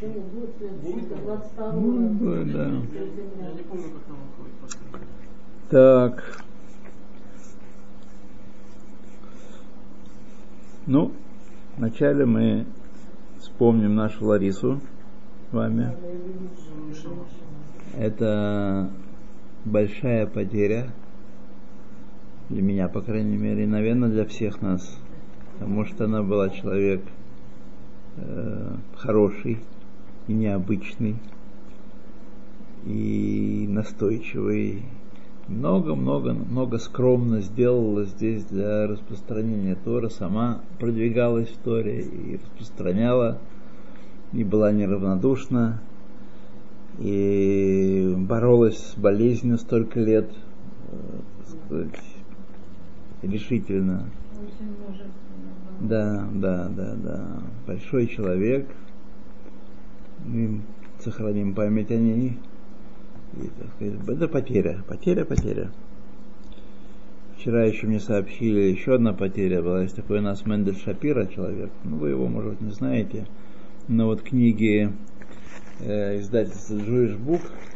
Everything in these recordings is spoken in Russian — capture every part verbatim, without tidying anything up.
Почему? Будет следующий, двадцать второго. Ну, будет, да. Я не помню, как там выходит. Так. Ну, вначале мы вспомним нашу Ларису с вами. Это большая потеря для меня, по крайней мере, и, наверное, для всех нас, потому что она была человек э, хороший и необычный, и настойчивый. Много-много, много скромно сделала здесь для распространения Торы, сама продвигалась в Торе и распространяла, и была неравнодушна, и боролась с болезнью столько лет, так сказать, решительно. Да, да, да, да. Большой человек. Мы сохраним память о ней. И, так сказать, это потеря, потеря, потеря. Вчера еще мне сообщили, еще одна потеря была. Есть такой у нас Мендель Шапира человек. Ну, вы его, может, не знаете. Но вот книги э, издательства Jewish Book.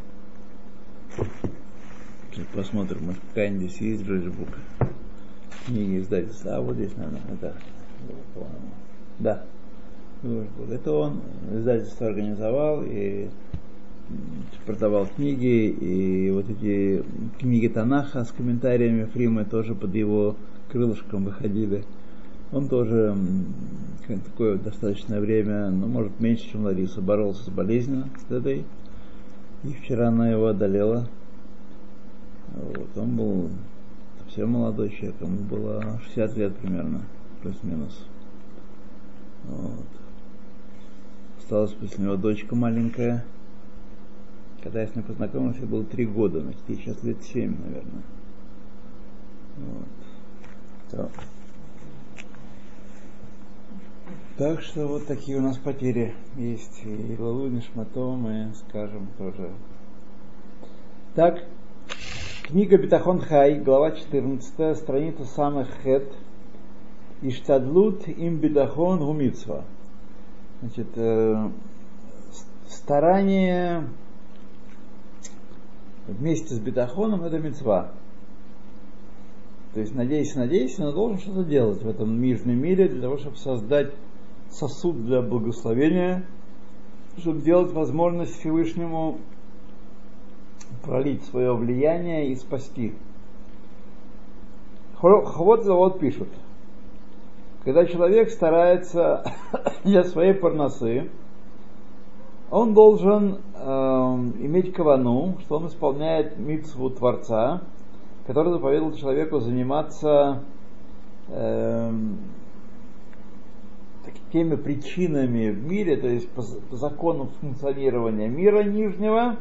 Сейчас посмотрим, может, какая-нибудь здесь есть Jewish Book. Книги издательства. А вот здесь, наверное, это. Да. Это он издательство организовал и продавал книги, и вот эти книги Танаха с комментариями Фримы тоже под его крылышком выходили. Он тоже такое достаточное время, ну, может, меньше, чем Лариса, боролся с болезнью с этой, и вчера она его одолела. Вот. Он был совсем молодой человек, ему было шестьдесят лет примерно, плюс-минус. Вот. Осталась после него дочка маленькая. Когда я с ней познакомился, было три года, значит, ей сейчас лет семь, наверное. Вот. То. Так что вот такие у нас потери есть. И Лалу, и Нишмато мы скажем тоже. Так, книга Битахон Хай, глава четырнадцатая, страница самых хет. Иштадлут им битахон гумитсва. Значит, э, старание вместе с битахоном — это мицва. То есть надейся, надейся, но должен что-то делать в этом мирном мире для того, чтобы создать сосуд для благословения, чтобы делать возможность Всевышнему пролить свое влияние и спасти. Хавот Завод пишут: когда человек старается для своей парносы, он должен э, иметь кавану, что он исполняет мицву Творца, который заповедал человеку заниматься э, теми причинами в мире, то есть по, по закону функционирования мира нижнего.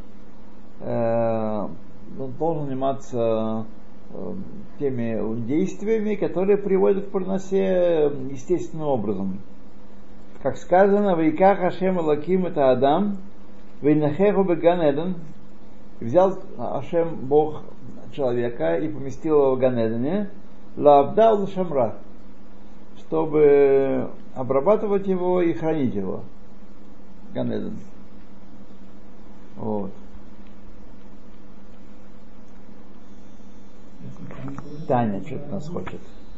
Э, он должен заниматься э, теми действиями, которые приводят к парносе естественным образом. Как сказано: «Ваиках Ашем Элоким это Адам, вейнахеху беган Эден». Взял Ашем Бог человека и поместил его в Ган-Эдене, лаавда улшамра, чтобы обрабатывать его и хранить его. Ган-Эден. Вот. Таня что-то нас хочет.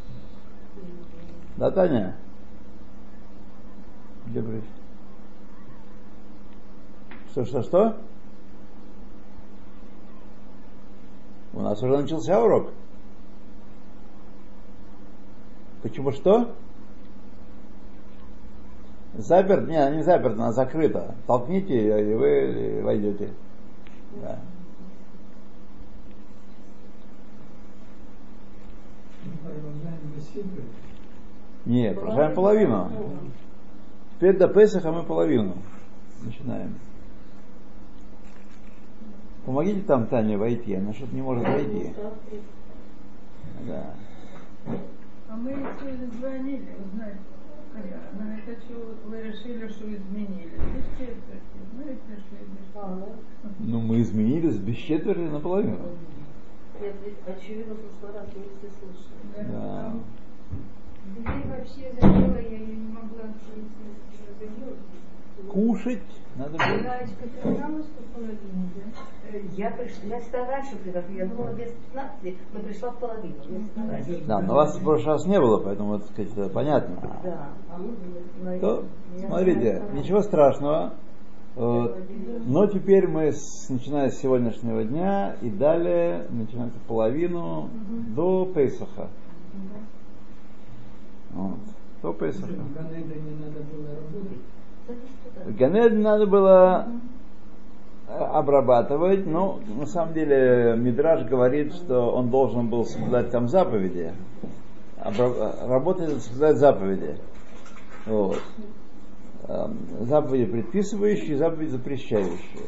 Да, Таня? Где брюсь? Что, что, что? У нас уже начался урок. Почему что? Заперт? Нет, она не заперта, она закрыта. Толкните ее, и вы войдете. Да. Нет, продолжаем половину. Теперь до Песаха мы половину начинаем. Помогите там Тане войти, она что-то не может войти. Да. А мы сегодня звонили, узнать, когда. Мы это что, вы решили, что изменили. Без четверти. Мы решили без половины. Ну, мы изменились без четверти наполовину. Нет, ведь очевидно, в прошлый раз мы все слышали. Да. Да я вообще забыла, я ее не могла кушать надо больше. Раечка, ты знала, что половину, да? Э, Я пришла, я всегда раньше прихожу, я думала без пятнадцати, но пришла в половину. Я всегда раньше. Да, но вас в прошлый раз не было, поэтому, так сказать, это понятно. Да, а мы были. То, смотрите, ничего страшного. Вот. Но теперь мы, с, начиная с сегодняшнего дня и далее, начинается половину до Пейсаха. Вот. До Пейсаха. В Ганеде не надо было работать. В Ганеде надо было обрабатывать, но на самом деле Мидраш говорит, что он должен был соблюдать там заповеди. Обра- работать и соблюдать заповеди. Вот. Заповеди предписывающие, заповеди запрещающие.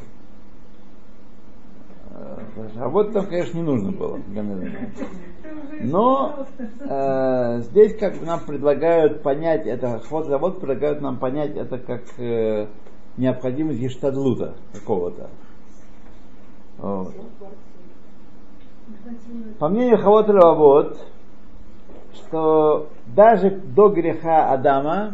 Работать там, конечно, не нужно было. Но э, здесь как бы нам предлагают понять это, хвот завод предлагают нам понять это как э, необходимость гештадлута какого-то. Вот. По мнению Хавот Левавот, что даже до греха Адама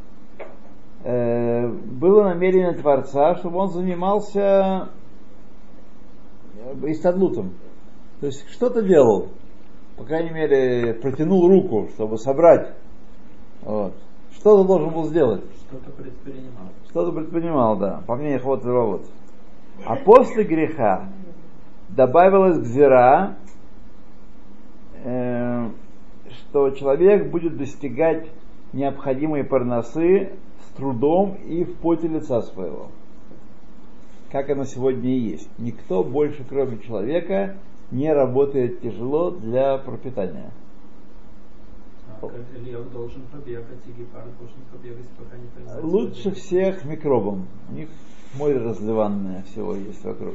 э, было намерение Творца, чтобы он занимался истадлутом. То есть что-то делал. По крайней мере, протянул руку, чтобы собрать. Вот. Что-то должен был сделать. Что-то предпринимал. Что-то предпринимал, да. По мнению Хавот Левавот. А после греха добавилась гзира, э, что человек будет достигать необходимой парносы с трудом и в поте лица своего. Как оно сегодня и есть. Никто больше, кроме человека, не работает тяжело для пропитания. А как лев должен побегать, и гепард должен побегать, пока не произойдет. Лучше всех микробам. У них море разливанное всего есть вокруг.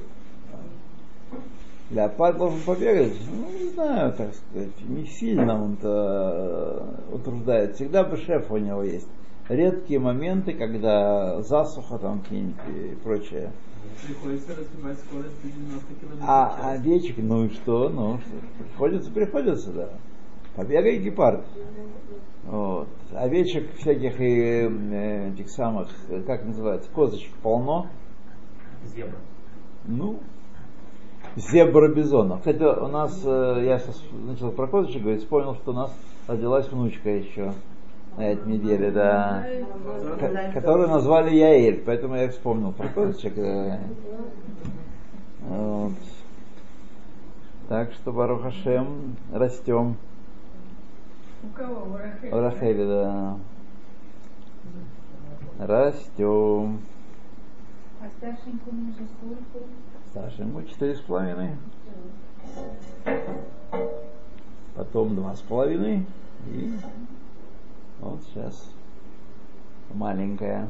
Леопард должен побегать, ну, не знаю, так сказать, не сильно он-то утруждает. Всегда бы шеф у него есть. Редкие моменты, когда засуха там какие-нибудь и прочее. Приходится развивать скорость до девяноста километров. А овечек, ну и что? Ну, что? Приходится, приходится, да. Побегай, гепард. Вот. Овечек всяких и э, этих самых, как называется, козочек полно. Зебра. Ну, зебра-бизонов. Кстати, у нас, э, я сейчас начал про козочек говорить, вспомнил, что у нас родилась внучка еще на этой неделе, да, К- которую назвали Яэль, поэтому я вспомнил про козочек. Да. Вот. Так что, Барух Хашем, растем. У кого? У Рахели? В Рахеле, да. Растем. А старшенькому мужу сколько? Старшему четыре с половиной. Потом два с половиной. И вот сейчас маленькая.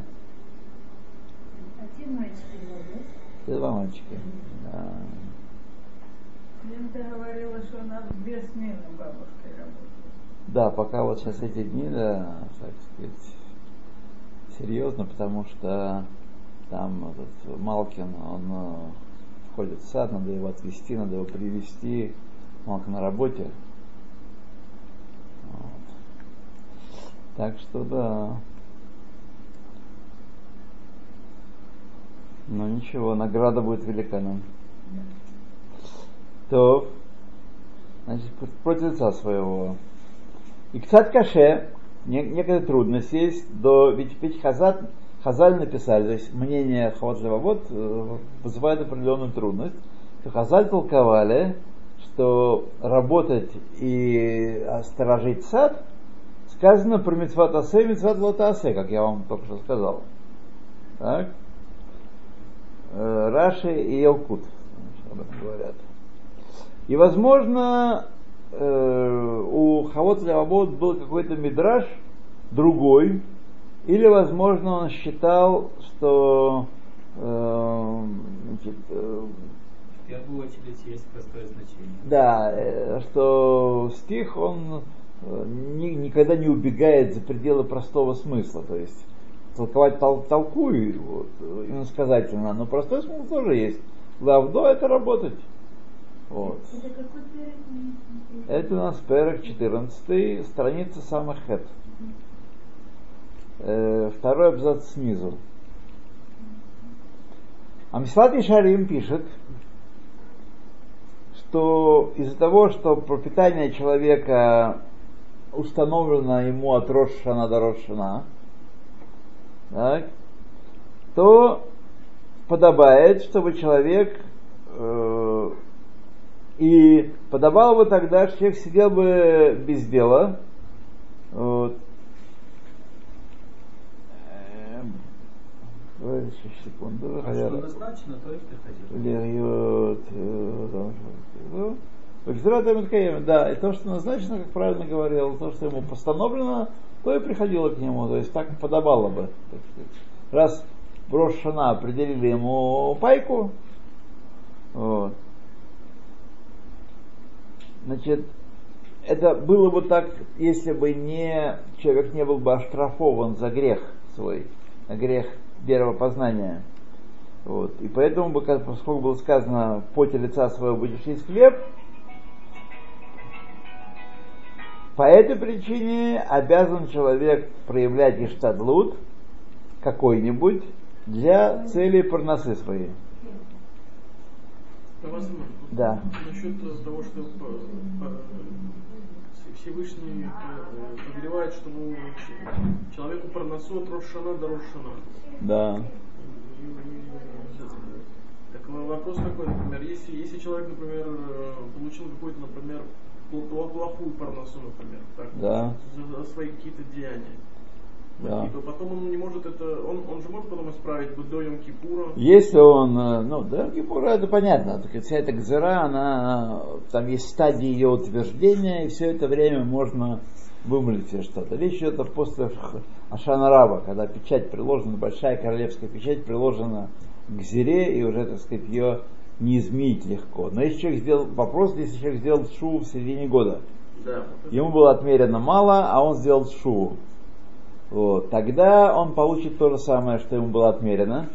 А те мальчики работают? И два мальчика. Да. Лента говорила, что она в две смены бабушкой работает. Да, пока вот сейчас эти дни, да, так сказать, серьезно, потому что там этот Малкин, он э, входит в сад, надо его отвезти, надо его привезти. Малкин на работе. Вот. Так что да. Ну ничего, награда будет велика нам. То, значит, против лица своего. И кстати, каше, некоторые трудности есть, до, ведь, ведь Хазаль, Хазаль написали, то есть мнение Хавот Левавот вызывает определенную трудность, то Хазаль толковали, что работать и сторожить сад сказано про мицват асе, мицват лот асе, как я вам только что сказал. Так? Раши и Елкут об этом говорят. И возможно, у Хавот Левавот был какой-то мидраш другой, или, возможно, он считал, что э, значит, э, В первую очередь есть простое значение. да, э, что стих, он э, ни, никогда не убегает за пределы простого смысла, то есть толковать тол- толкую, вот, иносказательно, но простой смысл тоже есть. Лавдо — это работать. Вот. Это какой перек? Это у нас перек четырнадцатый, страница самых хэт. Э, второй абзац снизу. А Мисват Ишарим пишет, что из-за того, что пропитание человека установлено ему от Рош ха-Шана до Рош ха-Шана, так, то подобает, чтобы человек э, и подобало бы тогда, что человек сидел бы без дела. Вот. Еще секунду. А что назначено, то и приходило. Да, и то, что назначено, как правильно говорил, то, что ему постановлено, то и приходило к нему. То есть так подобало бы. Так сказать. Раз в Рош ха-Шана определили ему пайку, вот, значит, это было бы так, если бы не человек не был бы оштрафован за грех свой, за грех первого познания. Вот. И поэтому, бы, поскольку было сказано, в поте лица своего будешь есть хлеб, по этой причине обязан человек проявлять иштадлут какой-нибудь для цели парносы своей. Да. Насчет того, что Всевышний повелевает, чтобы человеку парносу от Рош ха-Шана до Рош ха-Шана. Да. Так вопрос такой, например, если, если человек, например, получил какую-то, например, плохую парносу, например, так, да, за, за свои какие-то деяния, да, то потом он не может это, он, он же может потом исправить до Йом-Кипура. Если он, ну, до Йом-Кипура это понятно, так, вся эта гзера, она, там есть стадии ее утверждения, и все это время можно вымолить себе что-то. Речь идет о после Ашана Раба, когда печать приложена, большая королевская печать приложена к гзере, и уже, так сказать, ее не изменить легко. Но если человек сделал, вопрос, если человек сделал шуву в середине года, да, ему было отмерено мало, а он сделал шуву, вот, тогда он получит то же самое, что ему было отмерено,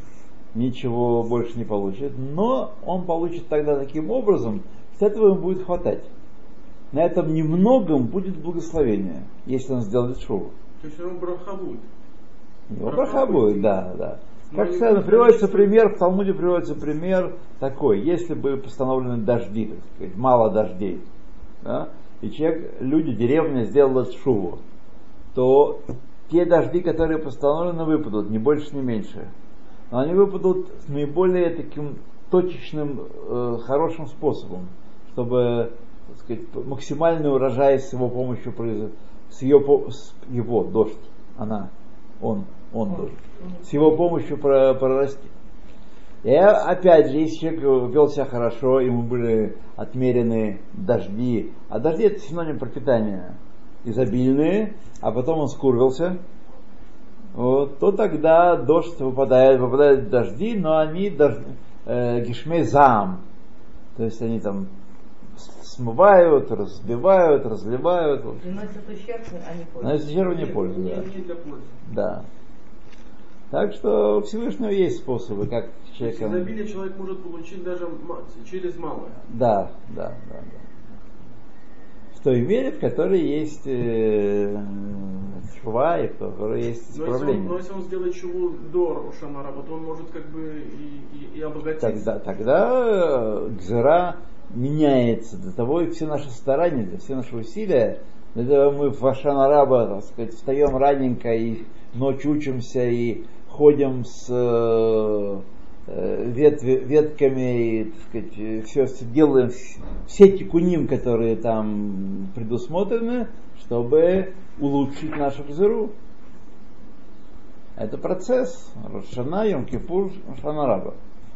ничего больше не получит, но он получит тогда таким образом, что этого ему будет хватать. На этом немногом будет благословение, если он сделает шуву. То есть ему браха будет. Его браха будет, да, да. Как сказано, приводится пример, в Талмуде приводится пример такой, если бы постановлены дожди, так сказать, мало дождей, да, и человек, люди, деревня сделала шуву, то те дожди, которые постановлены, выпадут, не больше, не меньше. Но они выпадут с наиболее таким точечным, э, хорошим способом, чтобы, так сказать, максимальный урожай с его помощью произойдет, с ее, с его дождь, она, он, он дождь, с его помощью прорастет. И опять же, если человек вел себя хорошо, ему были отмерены дожди, а дожди это синоним пропитания, изобильные, а потом он скурвился, вот, то тогда дождь выпадает, выпадают дожди, но они дождь, э, гишмей заам, то есть они там смывают, разбивают, разливают. Наносят ущерб, а не пользу. Наносят ущерб, не пользу, да. Не для пользы. Да. Так что у Всевышнего есть способы, как человек... Изобилие человек может получить даже через малое. Да, да, да, да. В той мере, в которой есть э, шува, и в которой есть исправление. Но если он, но если он сделает шуву до Рош ха-Шана, то он может как бы и, и, и обогатиться. Тогда, тогда гзера меняется. Для того и все наши старания, для все наши усилия, для этого мы в Ашана Раба, так сказать, встаем раненько и ночью учимся и ходим с э, ветви, ветками и, так сказать, все делаем, все тикуним, которые там предусмотрены, чтобы улучшить нашу гзеру. Это процесс. Рош ха-Шана, Йом-Кипур, Ашана Раба.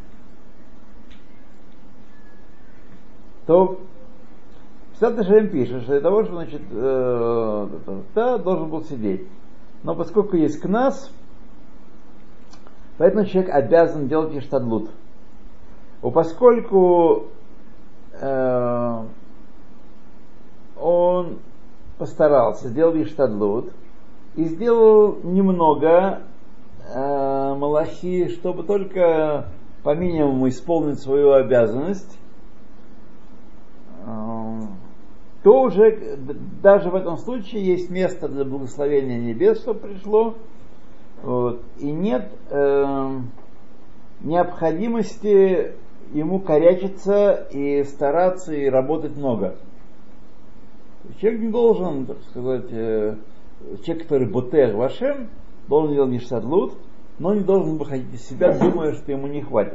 То Мисват Ишарим пишет, что для того, что, значит, э, да, должен был сидеть. Но поскольку есть кнас, поэтому человек обязан делать иштадлут. Поскольку э, он постарался, сделал иштадлут и сделал немного э, малахи, чтобы только по минимуму исполнить свою обязанность, то уже даже в этом случае есть место для благословения небес, что пришло, вот, и нет э, необходимости ему корячиться и стараться и работать много. Человек не должен, так сказать, человек, который ботех вашем, должен делать гештадлут, но не должен выходить из себя, думая, что ему не хватит.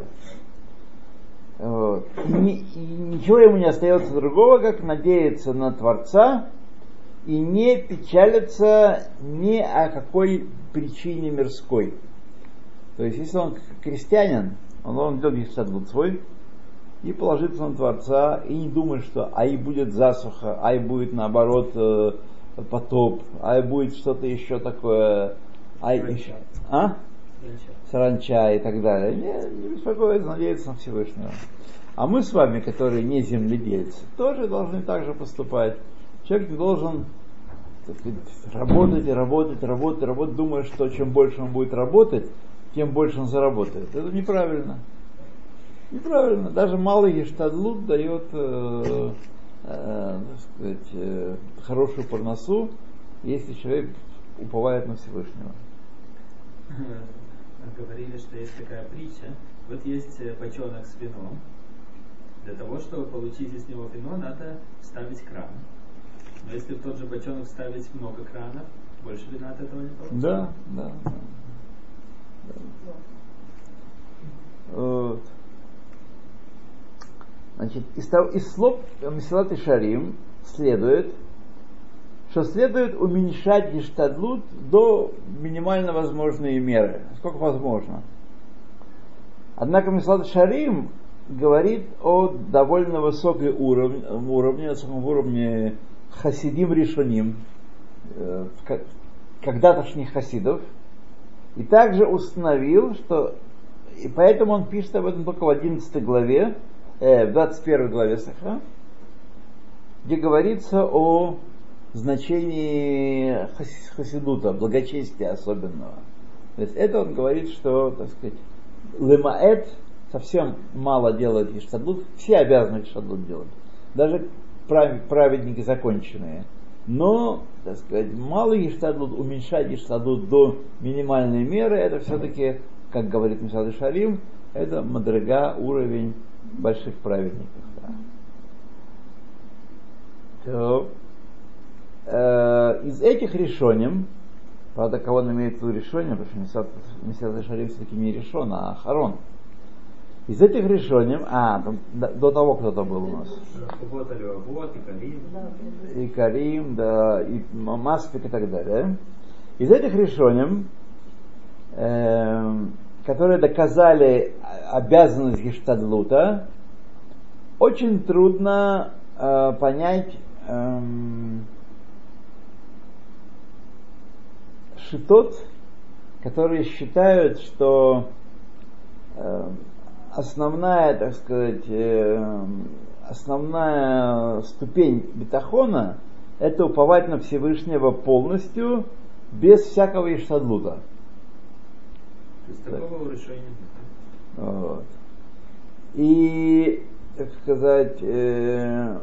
Вот. Ни, ничего ему не остается другого, как надеяться на Творца и не печалиться ни о какой причине мирской. То есть, если он крестьянин, он должен делать гештадлут свой и положиться на Творца, и не думать, что ай будет засуха, ай будет наоборот потоп, ай будет что-то еще такое, ай еще, а? Саранча и так далее. Не, не беспокоиться, надеяться на Всевышнего. А мы с вами, которые не земледельцы, тоже должны так же поступать. Человек не должен, так сказать, работать и работать, работать, работать, думая, что чем больше он будет работать, тем больше он заработает. Это неправильно. Неправильно. Даже малый гештадлут дает э, э, так сказать, э, хорошую парносу, если человек уповает на Всевышнего. Говорили, что есть такая притча. Вот есть бочонок с вином. Для того, чтобы получить из него вино, надо вставить кран. Но если в тот же бочонок вставить много кранов, больше вина от этого не получится. Да, да, да. да. Вот. Значит, из, того, из слов Месилат Ишарим следует, что следует уменьшать гештадлут до минимально возможной меры, сколько возможно. Однако Месилат Ишарим говорит о довольно высокой уровне, уровне, высоком уровне хасидим решоним, э, когда-тошних хасидов, и также установил, что, и поэтому он пишет об этом только в одиннадцатой главе, э, в двадцать первой главе Саха, где говорится о значении хасидута, благочестия особенного. То есть это он говорит, что, так сказать, лемаэт совсем мало делает гештадлут, все обязаны гештадлут делать, даже праведники законченные. Но, так сказать, малый гештадлут, уменьшать гештадлут до минимальной меры, это все-таки, как говорит Месилат Ишарим, это мадрега, уровень больших праведников. Да. То, э, из этих решоним, правда, кого он имеет в виду решоним, потому что Месилат Ишарим все-таки не решон, а ахарон. Из этих решоним, а, до, до того кто-то был у нас. Вот, вот, и Карим. И Карим, да, и Маспик и так далее. Из этих решоним, э, которые доказали обязанность гештадлута, очень трудно э, понять э, шитот, которые считают, что э, основная, так сказать, э, основная ступень бетахона — это уповать на Всевышнего полностью, без всякого гештадлута. То есть такого решения нет. Вот. И, так сказать, э,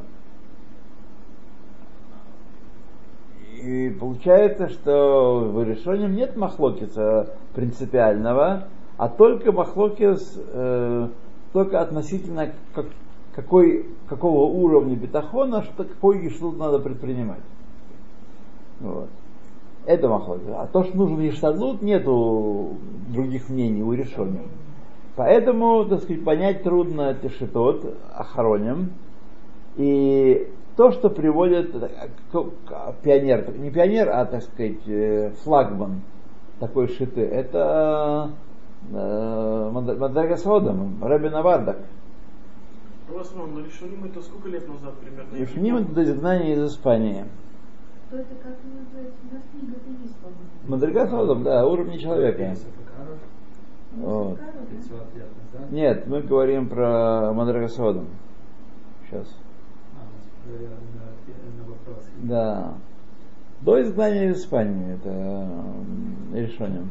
и получается, что в решении нет махлокиса принципиального, а только махлокис э, только относительно как, какой, какого уровня бетахона, что какой гештадлут надо предпринимать. Вот. Это махлокис. А то, что нужен гештадлут, нету других мнений у решения. Поэтому, так сказать, понять трудно это шитот, ахароним. И то, что приводит пионер, не пионер, а, так сказать, флагман такой шиты, это Мадрега Содом, Рабби Навардак. У вас, на решоним это сколько лет назад примерно? Решоним это до изгнания из Испании. Что это, как называется? У нас книга-то есть, по-моему. Мадрега Содом, да, уровни человека. Вот. пятьсот лет назад. Нет, мы говорим про Мадрега Содом. Сейчас. А, на, на вопрос. Да. До изгнания из Испании это решением.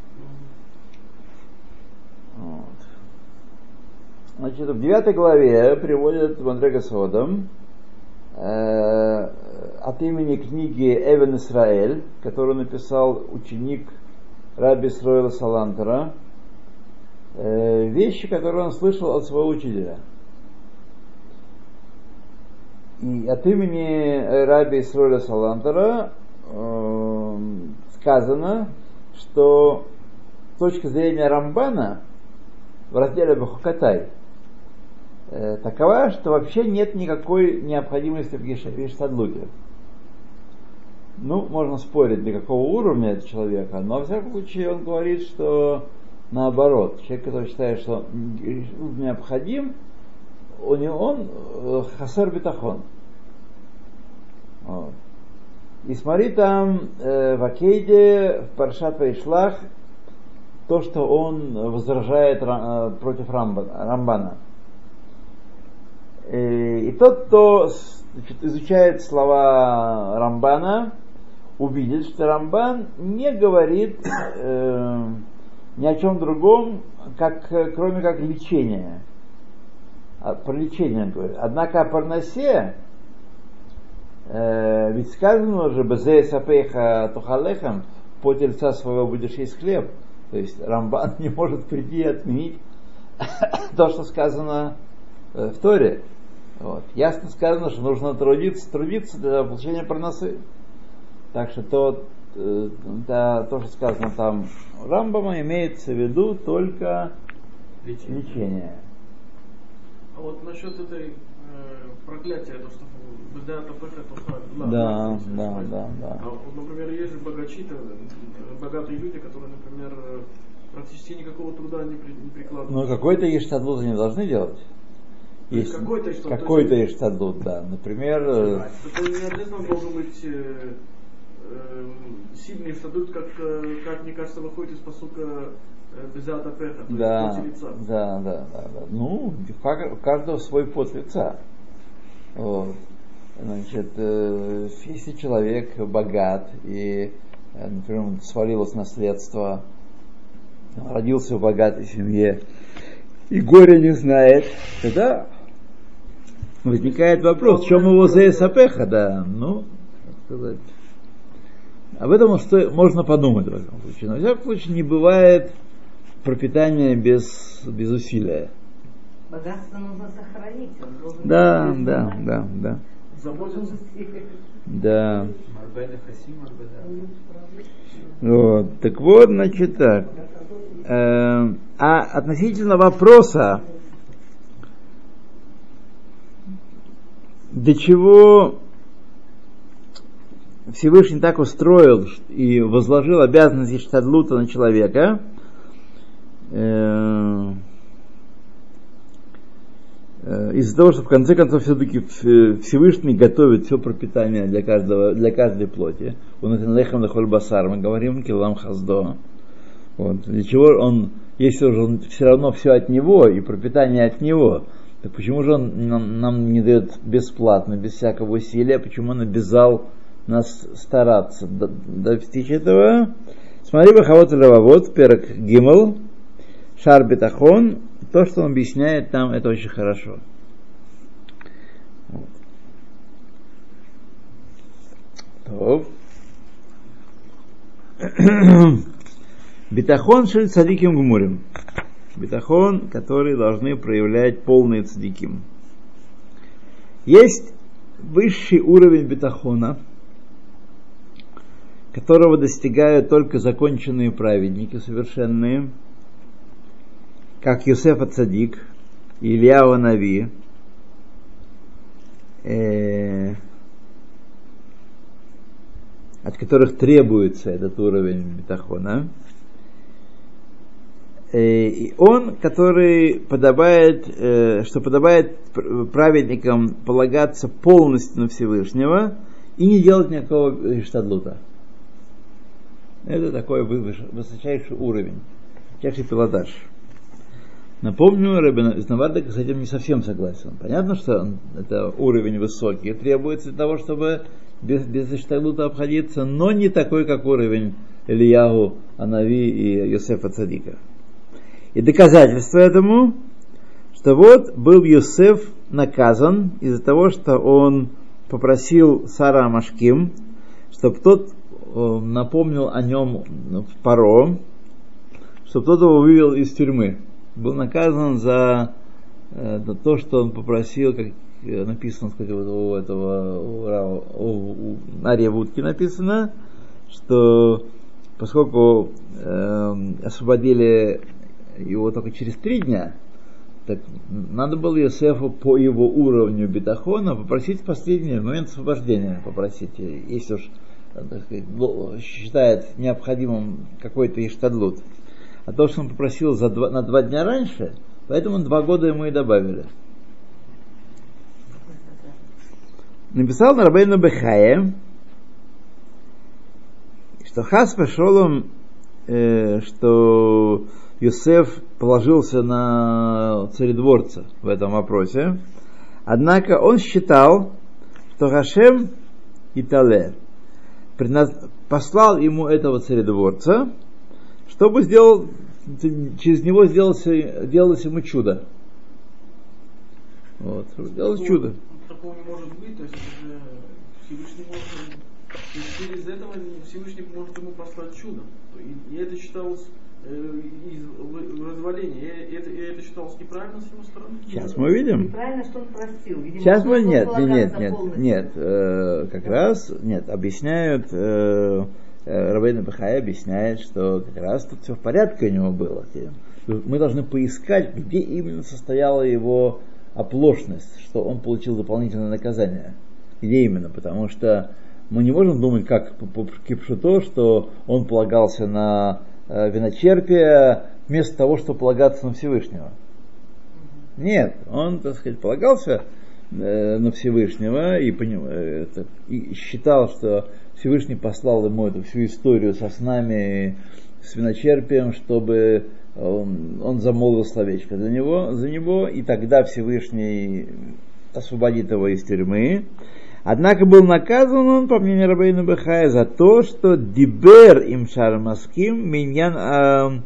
Вот. Значит, в девятой главе приводят Мадрега Содом э, от имени книги Эвен Исраэль, которую написал ученик Рабби Исроэля Салантера. э, вещи, которые он слышал от своего учителя. И от имени Раби Исроэля Салантера э, сказано, что с точки зрения Рамбана в разделе Бехукатай э, такова, что вообще нет никакой необходимости в Гештадлуте. Ну, можно спорить, для какого уровня это человека, но во всяком случае он говорит, что наоборот, человек, который считает, что он необходим, у него он хасер битахон. Вот. И смотри там э, в Акейде, в Паршат Ваишлах, то, что он возражает э, против Рамбана. Рамбана. И, и тот, кто значит, изучает слова Рамбана, увидит, что Рамбан не говорит э, ни о чем другом, как, кроме как лечения. А, про лечение он говорит. Однако о парнасе, э, ведь сказано уже «Бэзэ сапэйха тухалэхам» «По тельца своего будешь есть хлеб». То есть Рамбан не может прийти и отменить то, что сказано э, в Торе. Вот. Ясно сказано, что нужно трудиться, трудиться для получения парносы. Так что то, то, то, что сказано там Рамбама, имеется в виду только лечение. лечение. А вот насчет этой э, проклятия, то, что беда тапэха тухаль. Да, да, да, да. А, например, есть же богачи, богатые люди, которые, например, практически никакого труда не, при, не прикладывают. Но какой-то ештадлут они должны делать. Есть какой-то ештадлут, какой-то ештадлут, да. Например... Это не обязательно должен быть э, э, сильный ештадлут, как, как, мне кажется, выходит из посука беда тапэха, то да, есть пот лица. Да, да, да, да. Ну, у каждого свой пот лица. Вот. Значит, э, если человек богат и, например, свалилось наследство, родился в богатой семье и горе не знает, тогда возникает вопрос, в чем его заэсапеха, да, ну, так сказать. Об этом можно подумать в этом случае. Но в всяком случае не бывает пропитания без, без усилия. Богатство нужно сохранить. Он должен да, быть да, да, да. Заботиться. Да. Ну, вот. Так вот, значит так. Э, а относительно вопроса, до чего Всевышний так устроил и возложил обязанности штадлута на человека, э, из-за того, что в конце концов все-таки Всевышний готовит все пропитание для каждого, для каждой плоти. Он это лехам лехоль басар, мы говорим килам хаздо. Вот. Для чего он, если уже он все равно все от него и пропитание от него, так почему же он нам, нам не дает бесплатно, без всякого усилия, почему он обязал нас стараться достичь этого? Смотри, Бахавот Левавот, Перек Гимл, Шар Бетахон. То, что он объясняет там, это очень хорошо. Вот. Бетахон шель цадиким гмурим. Бетахон, который должны проявлять полные цадиким. Есть высший уровень бетахона, которого достигают только законченные праведники, совершенные, как Йосеф ацадик, Ильяу Нави, э, от которых требуется этот уровень бетахона. Э, и он, который подобает, э, что подобает праведникам полагаться полностью на Всевышнего и не делать никакого штадлута. Это такой высочайший уровень, высочайший пилотаж. Напомню, Ребе Знавардек с этим не совсем согласен. Понятно, что это уровень высокий, требуется для того, чтобы без, без иштаглута обходиться, но не такой, как уровень Ильяху Анави и Йосефа Цадика. И доказательство этому, что вот был Йосеф наказан из-за того, что он попросил Сара Машким, чтобы тот напомнил о нем в Паро, чтобы тот его вывел из тюрьмы. был наказан за, э, за то, что он попросил, как написано, сказать, у этого у, у, у Ария Вудки написано, что поскольку э, освободили его только через три дня, так надо было Йосефу по его уровню битахона попросить в последний момент освобождения, попросить, если уж, так сказать, считает необходимым какой-то иштадлут. А то, что он попросил за два, на два дня раньше, поэтому два года ему и добавили. Написал на Рабейну Бехае, что Хас пошел, э, что Йосеф положился на царедворца в этом вопросе. Однако он считал, что Хашем Итале послал ему этого царедворца, чтобы сделал, через него сделалось, сделалось ему чудо. Вот, сделалось такого, чудо. Такого не может быть, то есть это Всевышний может, то есть через этого Всевышний может ему послать чудо. И, и это считалось э, из разваления, и это, и это считалось неправильно с его стороны. Сейчас мы увидим. Неправильно, что он просил. Видимо, Сейчас мы он нет, должен нет, полагаться нет, полностью. нет, э, как раз нет, объясняют. Э, Рабейну Бехае объясняет, что как раз тут все в порядке у него было. Мы должны поискать, где именно состояла его оплошность, что он получил дополнительное наказание. Где именно? Потому что мы не можем думать, как по Кипшуто, что он полагался на виночерпие вместо того, чтобы полагаться на Всевышнего. Нет, он, так сказать, полагался на Всевышнего и, и считал, что Всевышний послал ему эту всю историю со снами, с виночерпием, чтобы он, он замолвил словечко за него, за него, и тогда Всевышний освободит его из тюрьмы. Однако был наказан он, по мнению Рабейну Бехая, за то, что дибер им шармаским миньян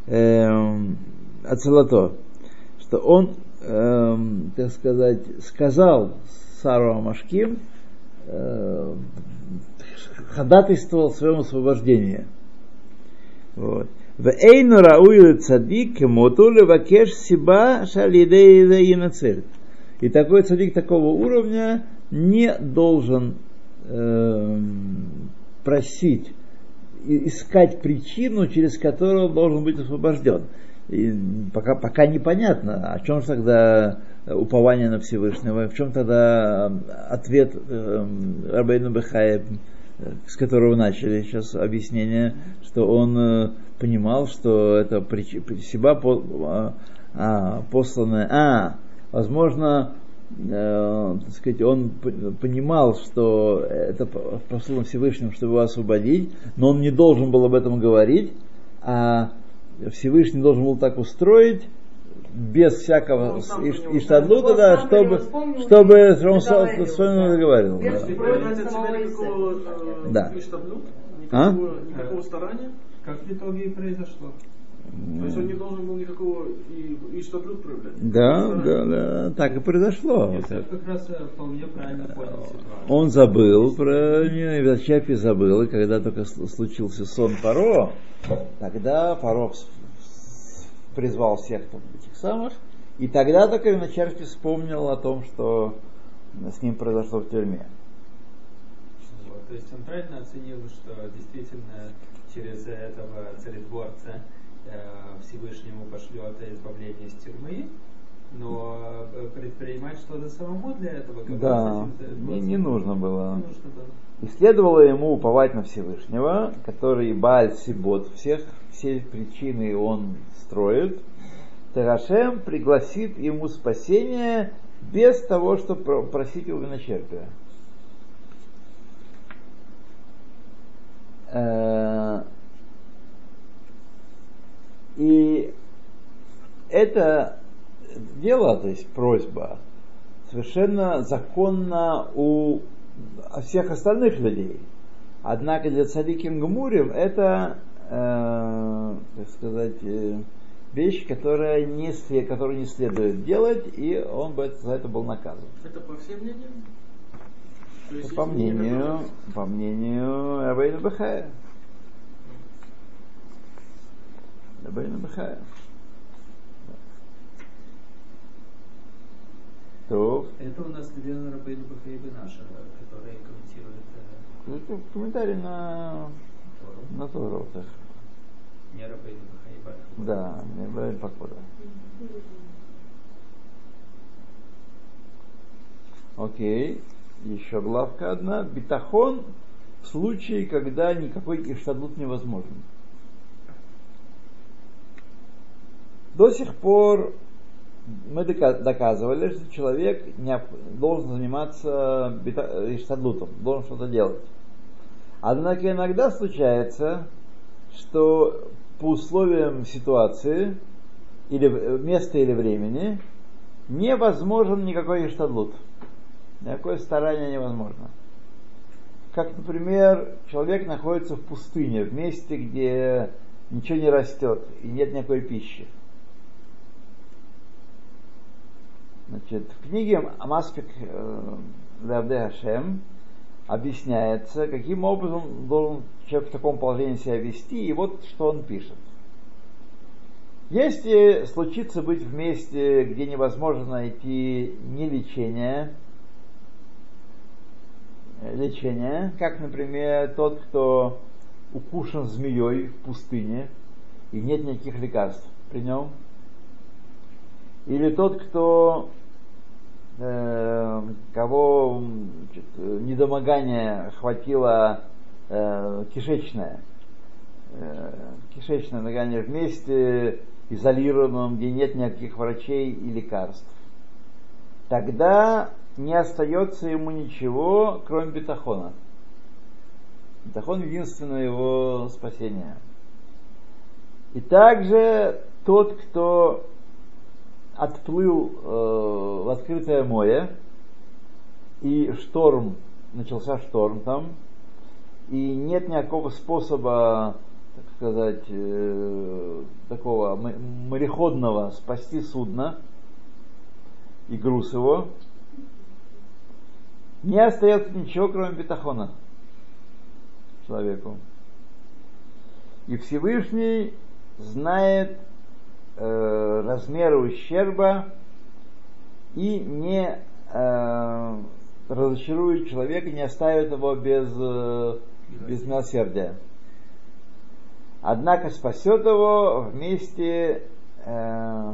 ацелато, что он, э, так сказать, сказал Сару Амашким, э, ходатайствовал в своем освобождении. Вот. Вэйну рауил цадик моту левакеш сиба шалидей инацель. И такой цадик такого уровня не должен э, просить, искать причину, через которую он должен быть освобожден. И пока, пока непонятно, о чем же тогда упование на Всевышнего, в чем тогда ответ э, Рабейну Бехае, с которого начали сейчас объяснение, что он э, понимал, что это себя по, а, а, посланное, а, возможно, э, так сказать, он понимал, что это послано Всевышним, чтобы его освободить, но он не должен был об этом говорить, а Всевышний должен был так устроить, без всякого иштадлута, да, чтобы, чтобы он своим договорил. Да. А? Никакого старания. Как в итоге и произошло. То есть он не должен был никакого и иштадлут проявлять. Да, да, да, так и произошло. Йосеф как раз вполне правильно понял ситуацию. Он забыл про нее, и Вачапи забыл, и когда только случился сон Паро, тогда Паро призвал всех там, этих самых, и тогда только Виночерпий вспомнил о том, что с ним произошло в тюрьме. Вот, то есть он правильно оценил, что действительно через этого царедворца э, Всевышнему пошлет избавление из тюрьмы, но предпринимать что-то самому для этого, как да, не, не нужно было. Не нужно было. И следовало ему уповать на Всевышнего, который Бааль Сибот, всех, все причины он строит. Тарашем пригласит ему спасение без того, чтобы просить его виночерпия. И это дело, то есть просьба, совершенно законно у всех остальных людей. Однако для цадиким гмурим это, э, так сказать, э, вещь, которая не, след, которую не следует делать, и он бы за это был наказан. Это по всем мнениям? Это по мнению, по мнению Рабейну Бехая. Рабейну Бехая. То. Это у нас Лена Рабейну Бахаиба наша, которая комментирует... Э, Это комментарий на... Тору. На Тору. Не Рабейну Бахаиба. Да, не Рабейну Бахаиба. Окей. Еще главка одна. Битахон в случае, когда никакой иштадлут невозможен. До сих пор мы доказывали, что человек не должен заниматься иштадлутом, должен что-то делать. Однако иногда случается, что по условиям ситуации, или места или времени, невозможен никакой иштадлут. Никакое старание невозможно. Как, например, человек находится в пустыне, в месте, где ничего не растет и нет никакой пищи. Значит, в книге Амаспик Леавдей Хашем объясняется, каким образом должен человек в таком положении себя вести, и вот что он пишет. Если случится быть в месте, где невозможно найти ни лечения, лечения, как, например, тот, кто укушен змеей в пустыне, и нет никаких лекарств при нем, или тот, кто э, кого значит, недомогание охватило э, кишечное, э, кишечное недомогание в месте изолированном, где нет никаких врачей и лекарств, тогда не остается ему ничего, кроме битахона. Битахон — единственное его спасение. И также тот, кто отплыл э, в открытое море, и шторм, начался шторм там, и нет никакого способа, так сказать, э, такого мореходного спасти судно и груз его, не остается ничего, кроме битахона человеку. И Всевышний знает э, размеры ущерба и не э, разочарует человека, не оставит его без, э, без милосердия. Однако спасет его в месте, э,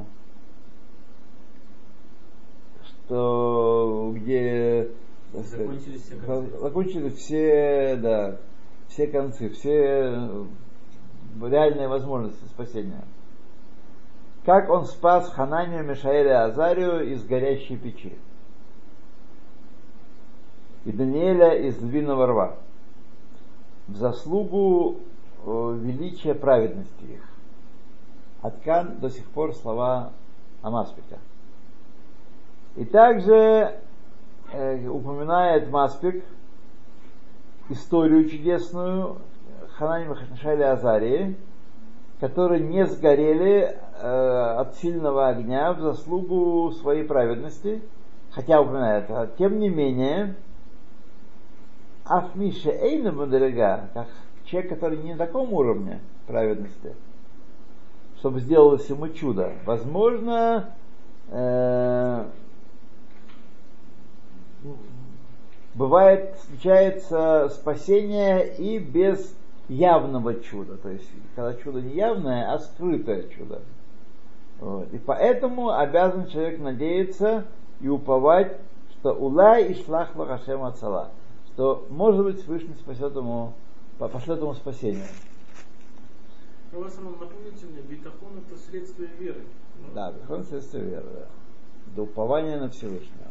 что, где закончились все концы. Закончились все, да, все концы, все реальные возможности спасения. Как он спас Хананию, Мишаэля и Азарию из горящей печи, и Даниэля из львиного рва, в заслугу э, величия праведности их. Аткан до сих пор слова Амаспика. И также э, упоминает Маспик историю чудесную Ханании, Мишаэля и Азарии, которые не сгорели э, от сильного огня в заслугу своей праведности, хотя упоминает, а тем не менее, Афмиша Эйна Мадрега, как человек, который не на таком уровне праведности, чтобы сделалось ему чудо, возможно, э, бывает, встречается спасение и без явного чуда, то есть когда чудо не явное, а скрытое чудо. Вот. И поэтому обязан человек надеяться и уповать, что улай и шлах лахашем ацала, что, может быть, Всевышний спасет ему, пошлет ему спасение. У вас, напомните мне, битахон — это следствие веры. Да, битахон — это следствие веры, да. До упования на Всевышнего.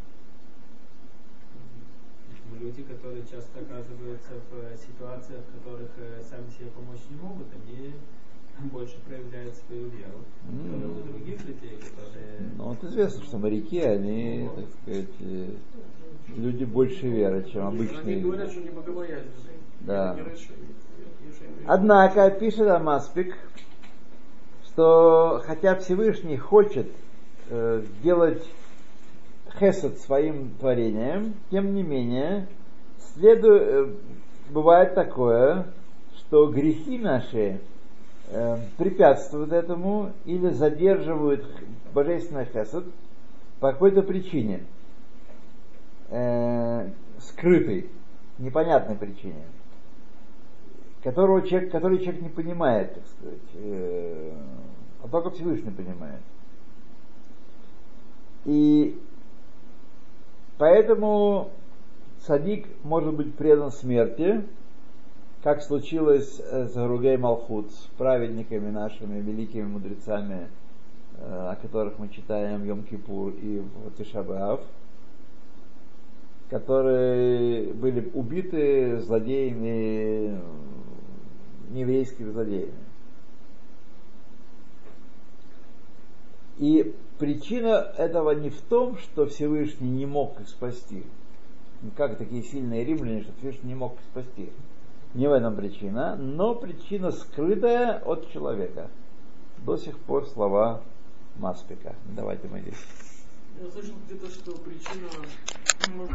Люди, которые часто оказываются в ситуациях, в которых сами себе помочь не могут, они больше проявляют свою веру. Mm. У других людей, которые... Ну, вот известно, что моряки, они, так сказать, люди больше веры, чем обычные. Они говорят, что не богобоязненные. Да. Однако, пишет Амаспик, что хотя Всевышний хочет э, делать хесед своим творением, тем не менее, следует, бывает такое, что грехи наши э, препятствуют этому или задерживают божественный хесед, по какой-то причине, э, скрытой, непонятной причине, которого человек, который человек не понимает, так сказать, э, а только Всевышний понимает. И поэтому цадик может быть предан смерти, как случилось с Гаругей Малхут, с праведниками нашими, великими мудрецами, о которых мы читаем в Йом-Кипур и в Тиша б'Ав, которые были убиты злодеями, нееврейскими злодеями. И причина этого не в том, что Всевышний не мог их спасти. Как такие сильные римляне, что Всевышний не мог их спасти. Не в этом причина, но причина скрытая от человека. До сих пор слова Маспика. Давайте мы здесь. Я слышал где-то, что причина